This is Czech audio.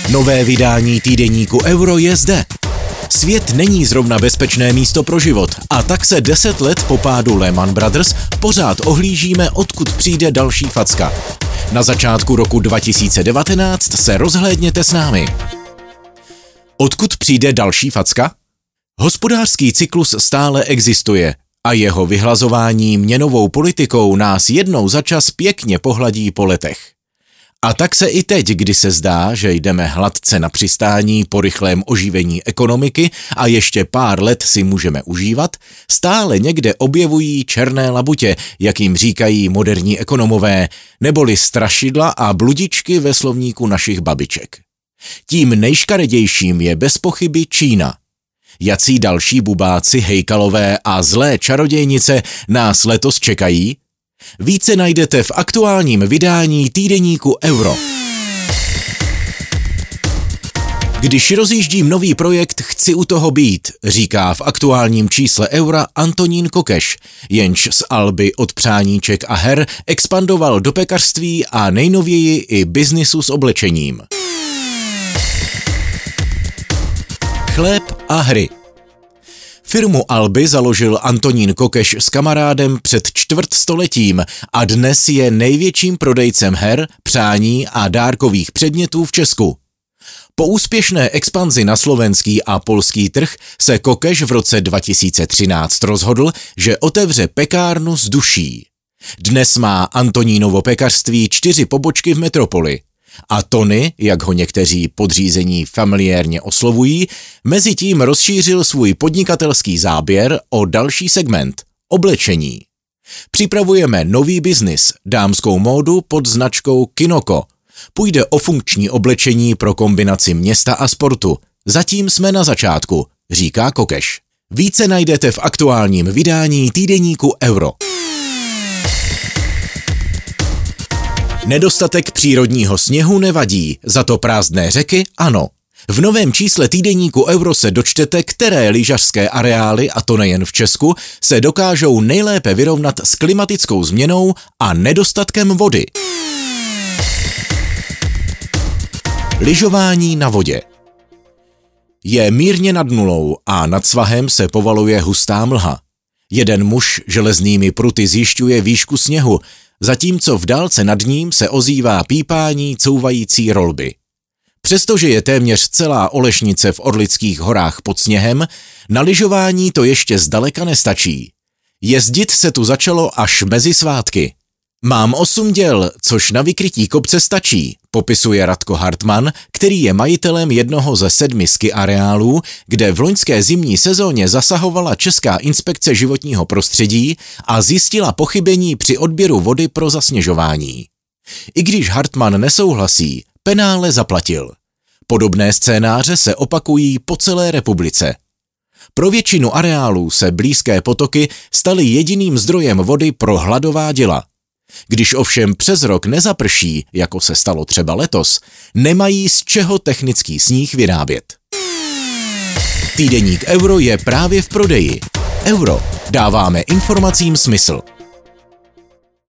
Nové vydání týdeníku Euro je zde. Svět není zrovna bezpečné místo pro život a tak se 10 let po pádu Lehman Brothers pořád ohlížíme, odkud přijde další facka. Na začátku roku 2019 se rozhlédněte s námi. Odkud přijde další facka? Hospodářský cyklus stále existuje a jeho vyhlazování měnovou politikou nás jednou za čas pěkně pohladí po letech. A tak se i teď, kdy se zdá, že jdeme hladce na přistání po rychlém oživení ekonomiky a ještě pár let si můžeme užívat, stále někde objevují černé labutě, jak jim říkají moderní ekonomové, neboli strašidla a bludičky ve slovníku našich babiček. Tím nejškaredějším je bez pochyby Čína. Jací další bubáci, hejkalové a zlé čarodějnice nás letos čekají? Více najdete v aktuálním vydání týdeníku Euro. Když rozjíždím nový projekt, chci u toho být, říká v aktuálním čísle Eura Antonín Kokeš, jenž z alby od přáníček a her expandoval do pekařství a nejnověji i biznisu s oblečením. Chléb a hry. Firmu Alby založil Antonín Kokeš s kamarádem před čtvrtstoletím a dnes je největším prodejcem her, přání a dárkových předmětů v Česku. Po úspěšné expanzi na slovenský a polský trh se Kokeš v roce 2013 rozhodl, že otevře pekárnu s duší. Dnes má Antonínovo pekařství 4 pobočky v metropoli. A Tony, jak ho někteří podřízení familiérně oslovují, mezitím rozšířil svůj podnikatelský záběr o další segment – oblečení. Připravujeme nový biznis, dámskou módu pod značkou Kinoko. Půjde o funkční oblečení pro kombinaci města a sportu. Zatím jsme na začátku, říká Kokeš. Více najdete v aktuálním vydání týdeníku Euro. Nedostatek přírodního sněhu nevadí, za to prázdné řeky ano. V novém čísle týdeníku Euro se dočtete, které lyžařské areály, a to nejen v Česku, se dokážou nejlépe vyrovnat s klimatickou změnou a nedostatkem vody. Lyžování na vodě. Je mírně nad nulou a nad svahem se povaluje hustá mlha. Jeden muž železnými pruty zjišťuje výšku sněhu, zatímco v dálce nad ním se ozývá pípání couvající rolby. Přestože je téměř celá Olešnice v Orlických horách pod sněhem, na lyžování to ještě zdaleka nestačí. Jezdit se tu začalo až mezi svátky. Mám 8 děl, což na vykrytí kopce stačí, popisuje Radko Hartmann, který je majitelem jednoho ze 7 ski areálů, kde v loňské zimní sezóně zasahovala Česká inspekce životního prostředí a zjistila pochybení při odběru vody pro zasněžování. I když Hartmann nesouhlasí, penále zaplatil. Podobné scénáře se opakují po celé republice. Pro většinu areálů se blízké potoky staly jediným zdrojem vody pro hladová děla. Když ovšem přes rok nezaprší, jako se stalo třeba letos, nemají z čeho technický sníh vyrábět. Týdeník Euro je právě v prodeji. Euro. Dáváme informacím smysl.